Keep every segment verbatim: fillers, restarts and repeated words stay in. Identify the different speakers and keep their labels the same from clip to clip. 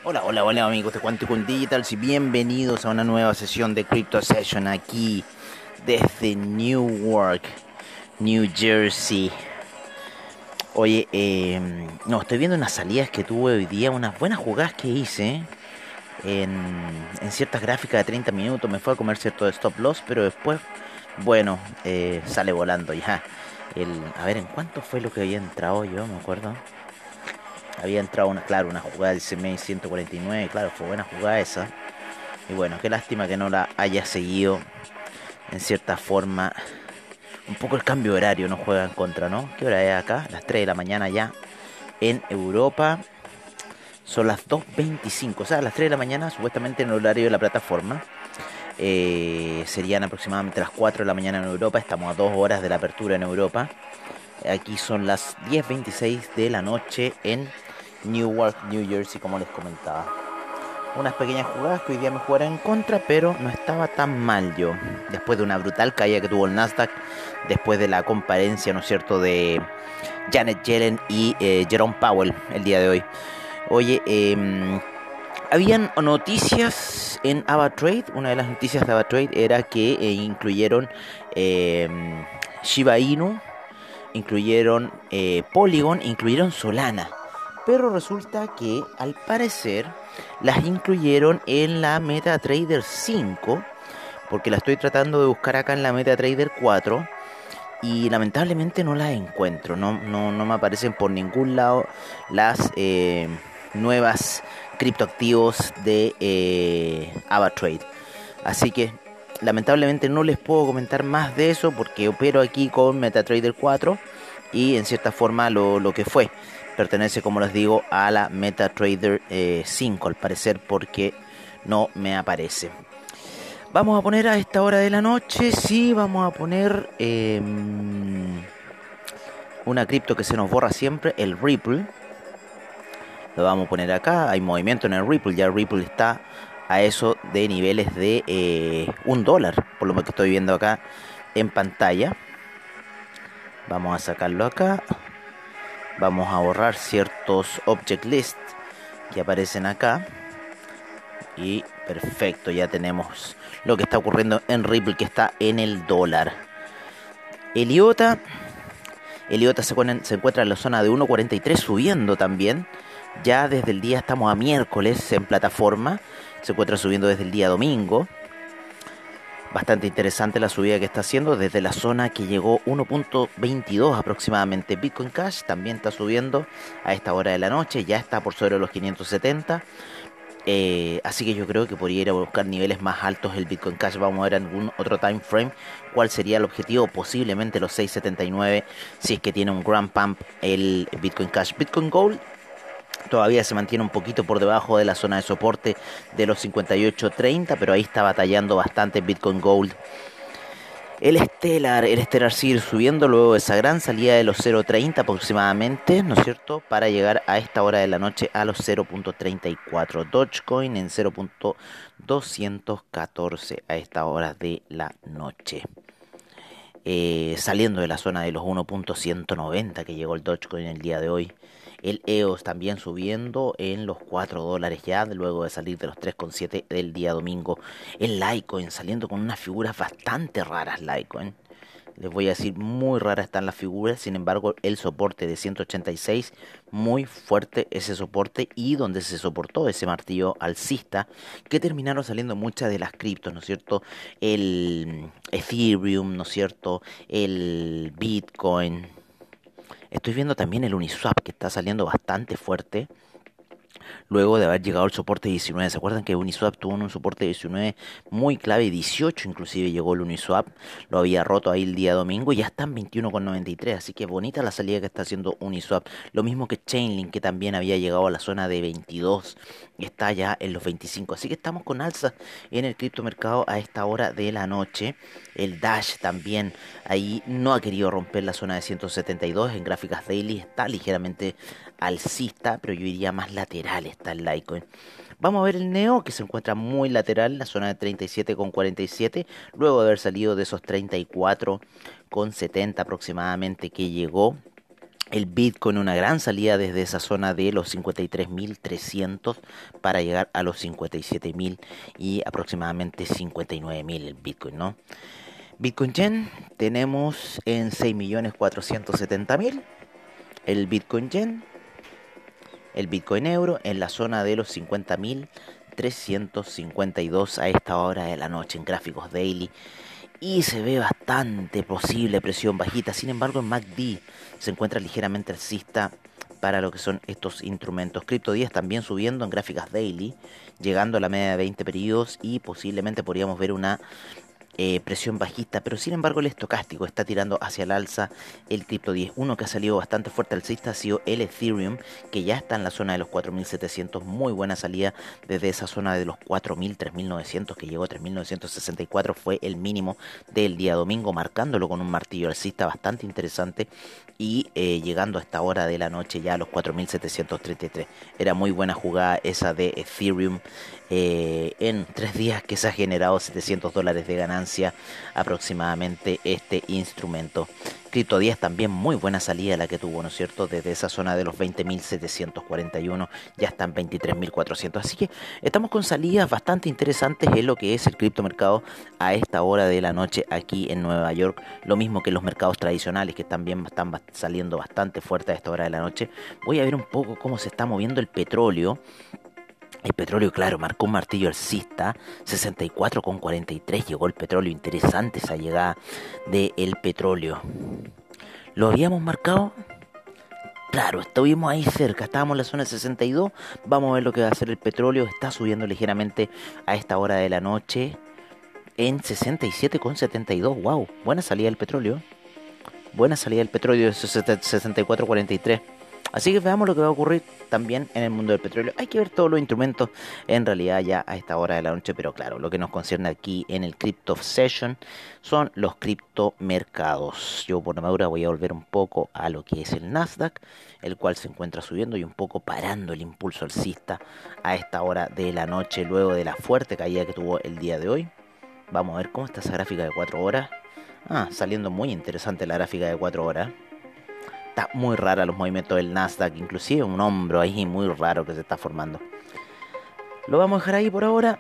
Speaker 1: Hola, hola, hola amigos de Quanticum Digital y bienvenidos a una nueva sesión de Crypto Session aquí desde Newark, New Jersey. Oye, eh, no, estoy viendo unas salidas que tuve hoy día, unas buenas jugadas que hice en, en ciertas gráficas de treinta minutos. Me fue a comer cierto stop loss, pero después, bueno, eh, sale volando ya. El, a ver, ¿en cuánto fue lo que había entrado yo? Me acuerdo. Había entrado una, claro, una jugada del C M E ciento cuarenta y nueve, claro, fue buena jugada esa. Y bueno, qué lástima que no la haya seguido en cierta forma. Un poco el cambio de horario nos juega en contra, ¿no? ¿Qué hora es acá? Las tres de la mañana ya en Europa. Son las dos veinticinco, o sea, las tres de la mañana supuestamente en el horario de la plataforma. Eh, serían aproximadamente las cuatro de la mañana en Europa. Estamos a dos horas de la apertura en Europa. Aquí son las diez veintiséis de la noche en Newark, New Jersey, como les comentaba. Unas pequeñas jugadas que hoy día me jugaron en contra, pero no estaba tan mal yo. Después de una brutal caída que tuvo el Nasdaq, después de la comparencia, ¿no es cierto?, de Janet Yellen y eh, Jerome Powell el día de hoy. Oye, eh, habían noticias en AvaTrade. Una de las noticias de AvaTrade era que eh, incluyeron eh, Shiba Inu, incluyeron eh, Polygon, incluyeron Solana. Pero resulta que al parecer las incluyeron en la MetaTrader cinco, porque la estoy tratando de buscar acá en la MetaTrader cuatro y lamentablemente no las encuentro. No, no, no me aparecen por ningún lado las eh, nuevas criptoactivos de eh, AvaTrade. Así que lamentablemente no les puedo comentar más de eso porque opero aquí con MetaTrader cuatro y en cierta forma lo, lo que fue pertenece, como les digo, a la MetaTrader eh, cinco al parecer, porque no me aparece. Vamos a poner a esta hora de la noche, sí, vamos a poner eh, una cripto que se nos borra siempre, el Ripple. Lo vamos a poner acá, hay movimiento en el Ripple, ya el Ripple está a eso de niveles de eh, un dólar, por lo que estoy viendo acá en pantalla. Vamos a sacarlo acá. Vamos a borrar ciertos object list que aparecen acá. Y perfecto, ya tenemos lo que está ocurriendo en Ripple, que está en el dólar. El I O T A. El I O T A se, se encuentra en la zona de uno cuarenta y tres subiendo también. Ya desde el día, estamos a miércoles en plataforma. Se encuentra subiendo desde el día domingo. Bastante interesante la subida que está haciendo desde la zona que llegó uno punto veintidós aproximadamente. Bitcoin Cash también está subiendo a esta hora de la noche. Ya está por sobre los quinientos setenta. Eh, así que yo creo que podría ir a buscar niveles más altos el Bitcoin Cash. Vamos a ver en algún otro time frame cuál sería el objetivo. Posiblemente los seis setenta y nueve, si es que tiene un grand pump el Bitcoin Cash. Bitcoin Gold todavía se mantiene un poquito por debajo de la zona de soporte de los cincuenta y ocho treinta, pero ahí está batallando bastante Bitcoin Gold. El Stellar, el Stellar sigue subiendo luego de esa gran salida de los cero punto treinta aproximadamente, ¿no es cierto?, para llegar a esta hora de la noche a los cero punto treinta y cuatro. Dogecoin en cero punto doscientos catorce a esta hora de la noche. Eh, saliendo de la zona de los uno punto ciento noventa que llegó el Dogecoin el día de hoy. El E O S también subiendo en los cuatro dólares ya, luego de salir de los tres coma siete del día domingo. El Litecoin saliendo con unas figuras bastante raras, Litecoin. Les voy a decir, muy raras están las figuras. Sin embargo, el soporte de ciento ochenta y seis, muy fuerte ese soporte, y donde se soportó ese martillo alcista, que terminaron saliendo muchas de las criptos, ¿no es cierto? El Ethereum, ¿no es cierto? El Bitcoin. Estoy viendo también el Uniswap, que está saliendo bastante fuerte luego de haber llegado al soporte diecinueve. ¿Se acuerdan que Uniswap tuvo un soporte diecinueve muy clave? dieciocho inclusive llegó el Uniswap, lo había roto ahí el día domingo y ya está en veintiuno con noventa y tres, así que bonita la salida que está haciendo Uniswap. Lo mismo que Chainlink, que también había llegado a la zona de veintidós, está ya en los veinticinco, así que estamos con alza en el criptomercado a esta hora de la noche. El Dash también ahí no ha querido romper la zona de ciento setenta y dos, en gráficas daily está ligeramente alcista, pero yo iría más lateral está el Litecoin. Vamos a ver el Neo, que se encuentra muy lateral en la zona de treinta y siete con cuarenta y siete, luego de haber salido de esos treinta y cuatro con setenta aproximadamente que llegó El Bitcoin una gran salida desde esa zona de los cincuenta y tres mil trescientos para llegar a los cincuenta y siete mil y aproximadamente cincuenta y nueve mil el Bitcoin, ¿no? Bitcoin Yen tenemos en seis millones cuatrocientos setenta mil el Bitcoin Yen, el Bitcoin Euro en la zona de los cincuenta mil trescientos cincuenta y dos a esta hora de la noche en gráficos daily. Y se ve bastante posible presión bajita. Sin embargo, en M A C D se encuentra ligeramente alcista para lo que son estos instrumentos. Crypto diez también subiendo en gráficas daily, llegando a la media de veinte periodos y posiblemente podríamos ver una eh, presión bajista, pero sin embargo el estocástico está tirando hacia el alza el Crypto diez. Uno que ha salido bastante fuerte alcista ha sido el Ethereum, que ya está en la zona de los cuatro mil setecientos, muy buena salida desde esa zona de los cuatro mil, tres mil novecientos, que llegó a tres mil novecientos sesenta y cuatro, fue el mínimo del día domingo, marcándolo con un martillo alcista bastante interesante y eh, llegando a esta hora de la noche ya a los cuatro mil setecientos treinta y tres. Era muy buena jugada esa de Ethereum. Eh, en tres días que se ha generado setecientos dólares de ganancia aproximadamente este instrumento. Crypto diez también muy buena salida la que tuvo, ¿no es cierto? Desde esa zona de los veinte mil setecientos cuarenta y uno ya están veintitrés mil cuatrocientos. Así que estamos con salidas bastante interesantes en lo que es el criptomercado a esta hora de la noche aquí en Nueva York. Lo mismo que los mercados tradicionales que también están saliendo bastante fuerte a esta hora de la noche. Voy a ver un poco cómo se está moviendo el petróleo. El petróleo, claro, marcó un martillo alcista, sesenta y cuatro con cuarenta y tres llegó el petróleo, interesante esa llegada del petróleo. ¿Lo habíamos marcado? Claro, estuvimos ahí cerca, estábamos en la zona sesenta y dos, vamos a ver lo que va a hacer el petróleo, está subiendo ligeramente a esta hora de la noche en sesenta y siete con setenta y dos, wow, buena salida del petróleo, buena salida del petróleo de sesenta y cuatro cuarenta y tres. Así que veamos lo que va a ocurrir también en el mundo del petróleo. Hay que ver todos los instrumentos en realidad ya a esta hora de la noche, pero claro, lo que nos concierne aquí en el Crypto Obsession son los criptomercados. Yo por armadura voy a volver un poco a lo que es el Nasdaq, el cual se encuentra subiendo y un poco parando el impulso alcista a esta hora de la noche, luego de la fuerte caída que tuvo el día de hoy. Vamos a ver cómo está esa gráfica de cuatro horas. Ah, saliendo muy interesante la gráfica de cuatro horas. Está muy rara los movimientos del Nasdaq, inclusive un hombro ahí muy raro que se está formando. Lo vamos a dejar ahí por ahora.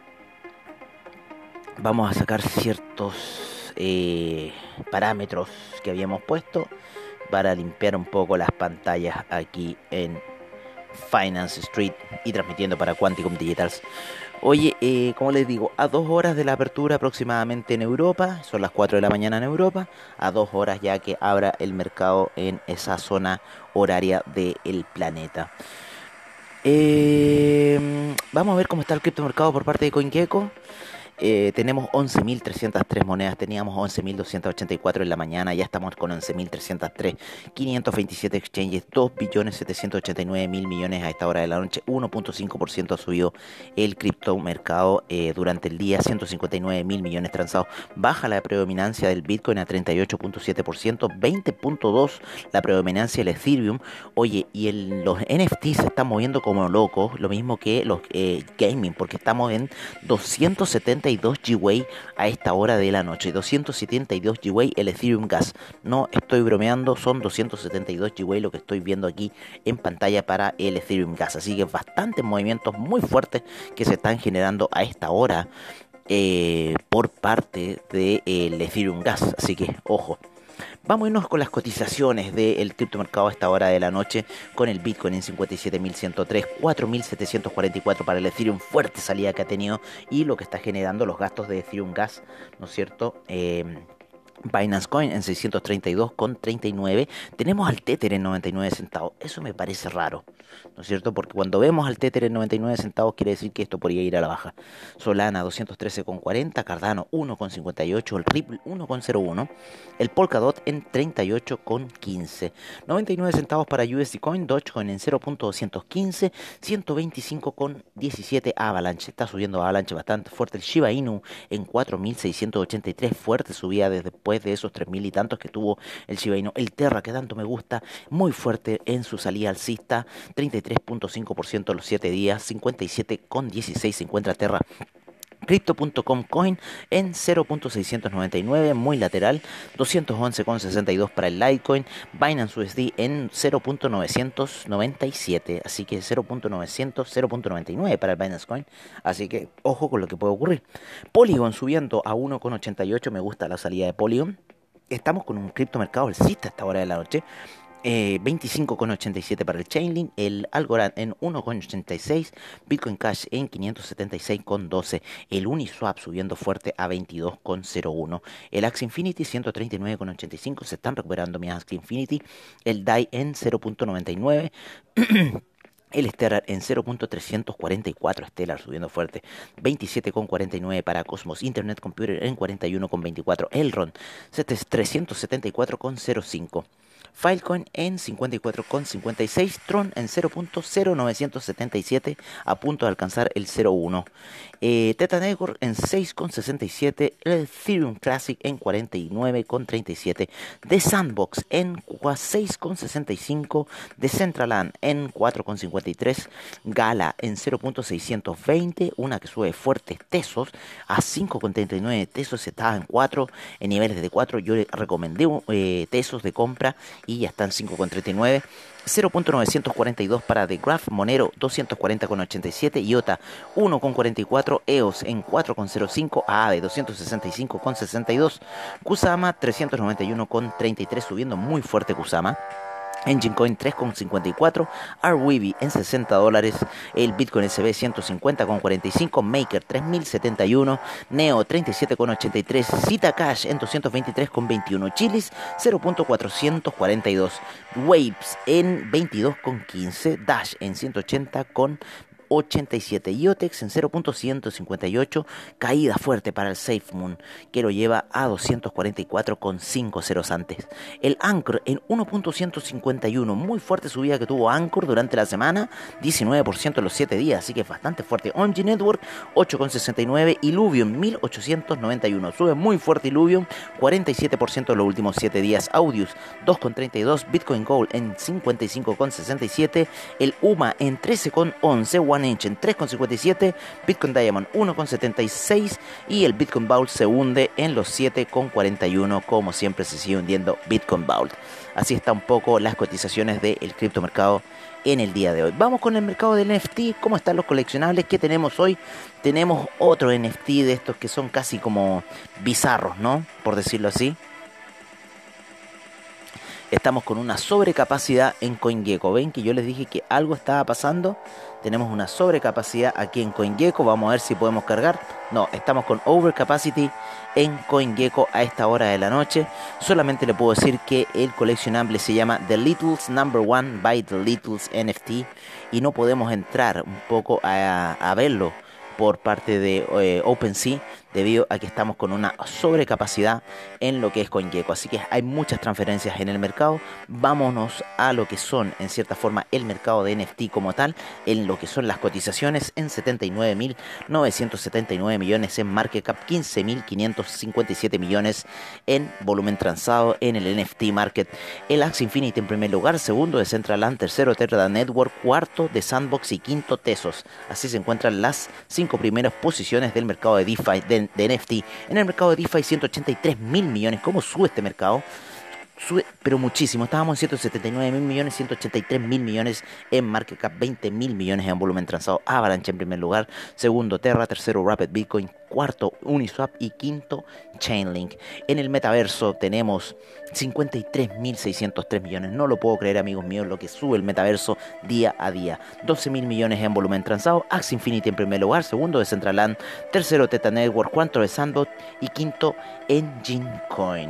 Speaker 1: Vamos a sacar ciertos eh, parámetros que habíamos puesto para limpiar un poco las pantallas aquí en Finance Street y transmitiendo para Quanticum Digitals. Oye, eh, como les digo, a dos horas de la apertura aproximadamente en Europa, son las cuatro de la mañana en Europa, a dos horas ya que abra el mercado en esa zona horaria del planeta. Eh, vamos a ver cómo está el criptomercado por parte de CoinGecko. Eh, tenemos once mil trescientas tres monedas, teníamos once mil doscientos ochenta y cuatro en la mañana, ya estamos con once mil trescientos tres, quinientos veintisiete exchanges, dos billones setecientos ochenta y nueve mil millones a esta hora de la noche, uno punto cinco por ciento ha subido el criptomercado eh, durante el día, ciento cincuenta y nueve mil millones transados, baja la predominancia del Bitcoin a treinta y ocho punto siete por ciento, veinte punto dos por ciento la predominancia del Ethereum. Oye, y el, los N F T se están moviendo como locos, lo mismo que los eh, gaming, porque estamos en doscientos setenta y dos G-Way a esta hora de la noche, doscientos setenta y dos G-Way el Ethereum Gas, no estoy bromeando, son doscientos setenta y dos G-Way lo que estoy viendo aquí en pantalla para el Ethereum Gas, así que bastantes movimientos muy fuertes que se están generando a esta hora eh, por parte del Ethereum Gas, así que ojo. Vamos a irnos con las cotizaciones del criptomercado a esta hora de la noche, con el Bitcoin en cincuenta y siete mil ciento tres, cuatro mil setecientos cuarenta y cuatro para el Ethereum, fuerte salida que ha tenido y lo que está generando los gastos de Ethereum Gas, ¿no es cierto? Eh, Binance Coin en seiscientos treinta y dos con treinta y nueve. Tenemos al Tether en noventa y nueve centavos. Eso me parece raro, ¿no es cierto? Porque cuando vemos al Tether en noventa y nueve centavos quiere decir que esto podría ir a la baja. Solana doscientos trece con cuarenta, Cardano uno con cincuenta y ocho, el Ripple uno con cero uno, el Polkadot en treinta y ocho con quince. noventa y nueve centavos para U S D Coin, Dogecoin en cero punto doscientos quince, ciento veinticinco con diecisiete Avalanche. Está subiendo Avalanche bastante fuerte. El Shiba Inu en cuatro mil seiscientos ochenta y tres, fuerte subida desde después de esos tres mil y tantos que tuvo el Shiba Inu. El Terra, que tanto me gusta, muy fuerte en su salida alcista, treinta y tres punto cinco por ciento los siete días, cincuenta y siete con dieciséis se encuentra Terra Crypto punto com Coin en cero punto seiscientos noventa y nueve, muy lateral, doscientos once con sesenta y dos para el Litecoin, Binance U S D en cero punto novecientos noventa y siete, así que cero punto novecientos, cero punto noventa y nueve para el Binance Coin, así que ojo con lo que puede ocurrir. Polygon subiendo a uno con ochenta y ocho, me gusta la salida de Polygon. Estamos con un criptomercado alcista a esta hora de la noche. Eh, veinticinco con ochenta y siete para el Chainlink, el Algorand en uno con ochenta y seis, Bitcoin Cash en quinientos setenta y seis con doce, el Uniswap subiendo fuerte a veintidós con cero uno, el Axie Infinity ciento treinta y nueve con ochenta y cinco, se están recuperando mi Axie Infinity, el D A I en cero punto noventa y nueve, el Stellar en cero punto trescientos cuarenta y cuatro, Stellar subiendo fuerte, veintisiete con cuarenta y nueve para Cosmos Internet Computer en cuarenta y uno con veinticuatro, Elrond trescientos setenta y cuatro con cero cinco, Filecoin en cincuenta y cuatro con cincuenta y seis, Tron en cero punto cero novecientos setenta y siete, a punto de alcanzar el cero punto uno. Eh, Teta Network en seis con sesenta y siete, el Ethereum Classic en cuarenta y nueve con treinta y siete, The Sandbox en seis con sesenta y cinco, Decentraland en cuatro con cincuenta y tres, Gala en cero punto seiscientos veinte, una que sube fuertes Tesos a cinco con treinta y nueve, Tesos estaba en cuatro, en niveles de cuatro, yo le recomendé eh, Tesos de compra y ya están cinco con treinta y nueve, cero punto novecientos cuarenta y dos para The Graph, Monero doscientos cuarenta con ochenta y siete, IOTA uno con cuarenta y cuatro, E O S en cuatro con cero cinco, Aave doscientos sesenta y cinco con sesenta y dos, Kusama trescientos noventa y uno con treinta y tres, subiendo muy fuerte Kusama. Engine Coin tres con cincuenta y cuatro, Arweavy en sesenta dólares, el Bitcoin S B ciento cincuenta con cuarenta y cinco, Maker tres mil setenta y uno, Neo treinta y siete con ochenta y tres, Zeta Cash en doscientos veintitrés con veintiuno, Chilis cero punto cuatrocientos cuarenta y dos, Waves en veintidós con quince, Dash en ciento ochenta con ochenta y siete, IOTEX en cero punto ciento cincuenta y ocho, caída fuerte para el SafeMoon que lo lleva a doscientos cuarenta y cuatro con cinco ceros antes. El Anchor en uno punto ciento cincuenta y uno, muy fuerte subida que tuvo Anchor durante la semana, diecinueve por ciento en los siete días, así que es bastante fuerte. O N G Network ocho con sesenta y nueve, Illuvium mil ochocientos noventa y uno, sube muy fuerte Illuvium, cuarenta y siete por ciento en los últimos siete días. Audius dos con treinta y dos, Bitcoin Gold en cincuenta y cinco con sesenta y siete, el U M A en trece con once, One Inch en tres con cincuenta y siete, Bitcoin Diamond uno con setenta y seis y el Bitcoin Vault se hunde en los siete con cuarenta y uno, como siempre se sigue hundiendo Bitcoin Vault. Así está un poco las cotizaciones del criptomercado en el día de hoy. Vamos con el mercado del N F T. ¿Cómo están los coleccionables? ¿Qué tenemos hoy? Tenemos otro N F T de estos que son casi como bizarros, ¿no? Por decirlo así. Estamos con una sobrecapacidad en CoinGecko. Ven que yo les dije que algo estaba pasando. Tenemos una sobrecapacidad aquí en CoinGecko. Vamos a ver si podemos cargar. No, estamos con overcapacity en CoinGecko a esta hora de la noche. Solamente le puedo decir que el coleccionable se llama The Littles Number One by The Littles N F T. Y no podemos entrar un poco a, a verlo por parte de eh, OpenSea, debido a que estamos con una sobrecapacidad en lo que es CoinGecko. Así que hay muchas transferencias en el mercado. Vámonos a lo que son, en cierta forma, el mercado de N F T como tal, en lo que son las cotizaciones, en setenta y nueve mil novecientos setenta y nueve millones en market cap, quince mil quinientos cincuenta y siete millones en volumen transado en el N F T market. El Axie Infinity en primer lugar, segundo Decentraland, tercero Tether Network, cuarto de Sandbox y quinto Tesos. Así se encuentran las cinco primeras posiciones del mercado de DeFi, de, de N F T. En el mercado de DeFi, ciento ochenta y tres mil millones. ¿Cómo sube este mercado? Sube, pero muchísimo. Estábamos en ciento setenta y nueve mil millones, ciento ochenta y tres mil millones en market cap, veinte mil millones en volumen transado. Avalanche en primer lugar, segundo Terra, tercero Rapid Bitcoin, cuarto Uniswap y quinto Chainlink. En el metaverso tenemos cincuenta y tres mil seiscientos tres millones. No lo puedo creer, amigos míos, lo que sube el metaverso día a día. doce mil millones en volumen transado. Axie Infinity en primer lugar, segundo Decentraland, tercero Teta Network, cuarto de Sandbox y quinto Engine Coin.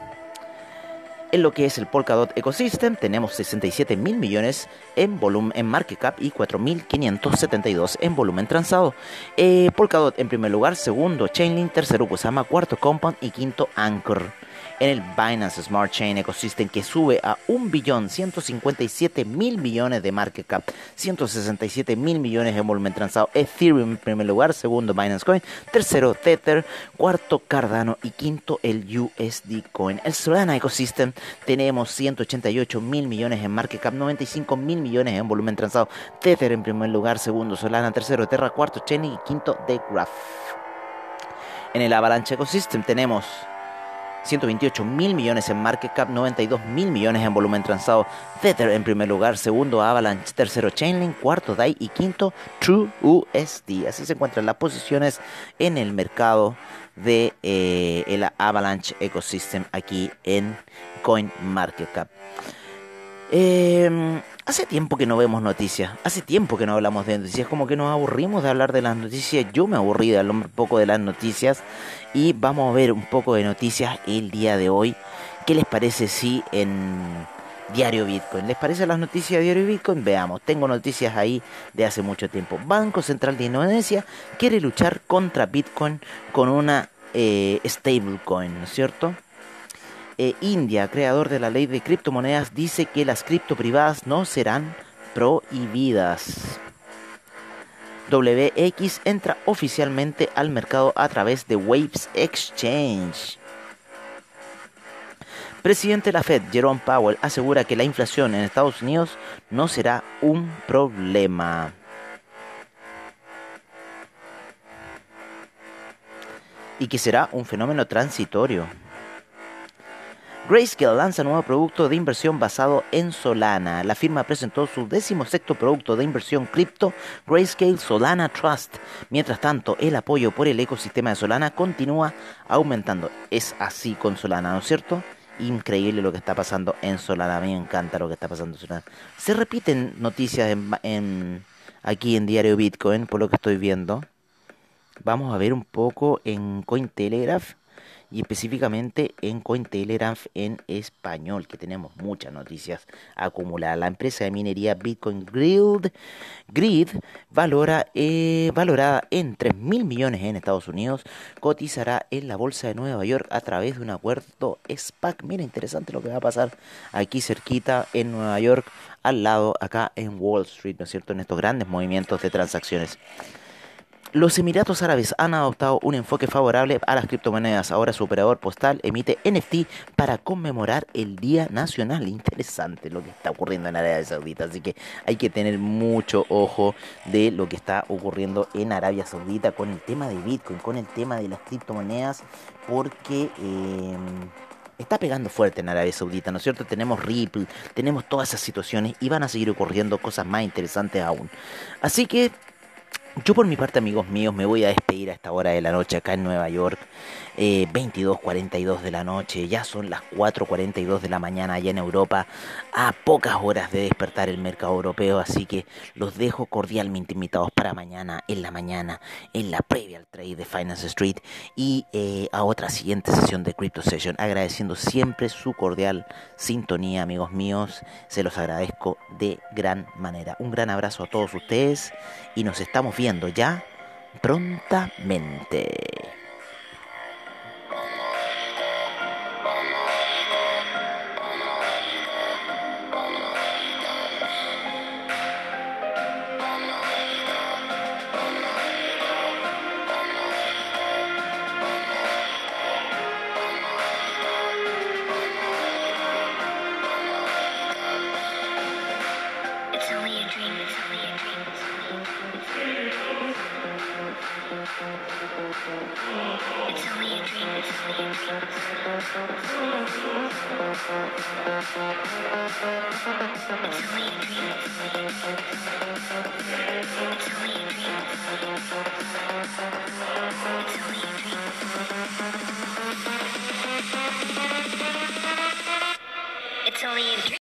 Speaker 1: En lo que es el Polkadot Ecosystem tenemos sesenta y siete mil millones en volumen, en market cap y cuatro mil quinientos setenta y dos en volumen transado. Eh, Polkadot en primer lugar, segundo Chainlink, tercero Kusama, cuarto Compound y quinto Anchor. En el Binance Smart Chain Ecosystem, que sube a un billón ciento cincuenta y siete mil millones de market cap, ciento sesenta y siete mil millones en volumen transado. Ethereum en primer lugar, segundo Binance Coin, tercero Tether, cuarto Cardano y quinto el U S D Coin. El Solana Ecosystem tenemos ciento ochenta y ocho mil millones en market cap, noventa y cinco mil millones en volumen transado. Tether en primer lugar, segundo Solana, tercero Terra, cuarto Chainlink y quinto The Graph. En el Avalanche Ecosystem tenemos ciento veintiocho mil millones en market cap, noventa y dos mil millones en volumen transado. Tether en primer lugar, segundo Avalanche, tercero Chainlink, cuarto D A I y quinto True U S D. Así se encuentran las posiciones en el mercado de eh, el Avalanche Ecosystem aquí en CoinMarketCap. Eh, hace tiempo que no vemos noticias, hace tiempo que no hablamos de noticias, como que nos aburrimos de hablar de las noticias. Yo me aburrí de hablar un poco de las noticias y vamos a ver un poco de noticias el día de hoy. ¿Qué les parece si en Diario Bitcoin? ¿Les parece las noticias de Diario Bitcoin? Veamos, tengo noticias ahí de hace mucho tiempo. Banco Central de Indonesia quiere luchar contra Bitcoin con una eh, stablecoin, ¿no es cierto? Eh, India, creador de la ley de criptomonedas, dice que las cripto privadas no serán prohibidas. W X entra oficialmente al mercado a través de Waves Exchange. Presidente de la Fed, Jerome Powell, asegura que la inflación en Estados Unidos no será un problema. Y que será un fenómeno transitorio. Grayscale lanza nuevo producto de inversión basado en Solana. La firma presentó su decimosexto producto de inversión cripto, Grayscale Solana Trust. Mientras tanto, el apoyo por el ecosistema de Solana continúa aumentando. Es así con Solana, ¿no es cierto? Increíble lo que está pasando en Solana. A mí me encanta lo que está pasando en Solana. Se repiten noticias en, en, aquí en Diario Bitcoin, por lo que estoy viendo. Vamos a ver un poco en Cointelegraph. Y específicamente en Cointelegraph en español, que tenemos muchas noticias acumuladas. La empresa de minería Bitcoin Grid, Grid valora, eh, valorada en tres mil millones en Estados Unidos, cotizará en la bolsa de Nueva York a través de un acuerdo SPAC. Mira, interesante lo que va a pasar aquí cerquita en Nueva York, al lado acá en Wall Street, ¿no es cierto? En estos grandes movimientos de transacciones. Los Emiratos Árabes han adoptado un enfoque favorable a las criptomonedas. Ahora su operador postal emite N F T para conmemorar el Día Nacional. Interesante lo que está ocurriendo en Arabia Saudita. Así que hay que tener mucho ojo de lo que está ocurriendo en Arabia Saudita con el tema de Bitcoin, con el tema de las criptomonedas, porque eh, está pegando fuerte en Arabia Saudita, ¿no es cierto? Tenemos Ripple, tenemos todas esas situaciones y van a seguir ocurriendo cosas más interesantes aún. Así que yo por mi parte, amigos míos, me voy a despedir a esta hora de la noche acá en Nueva York. Eh, veintidós cuarenta y dos de la noche, ya son las cuatro cuarenta y dos de la mañana allá en Europa, a pocas horas de despertar el mercado europeo, así que los dejo cordialmente invitados para mañana, en la mañana, en la previa al trade de Finance Street y eh, a otra siguiente sesión de Crypto Session, agradeciendo siempre su cordial sintonía, amigos míos, se los agradezco de gran manera. Un gran abrazo a todos ustedes y nos estamos viendo ya prontamente.
Speaker 2: It's only a dream.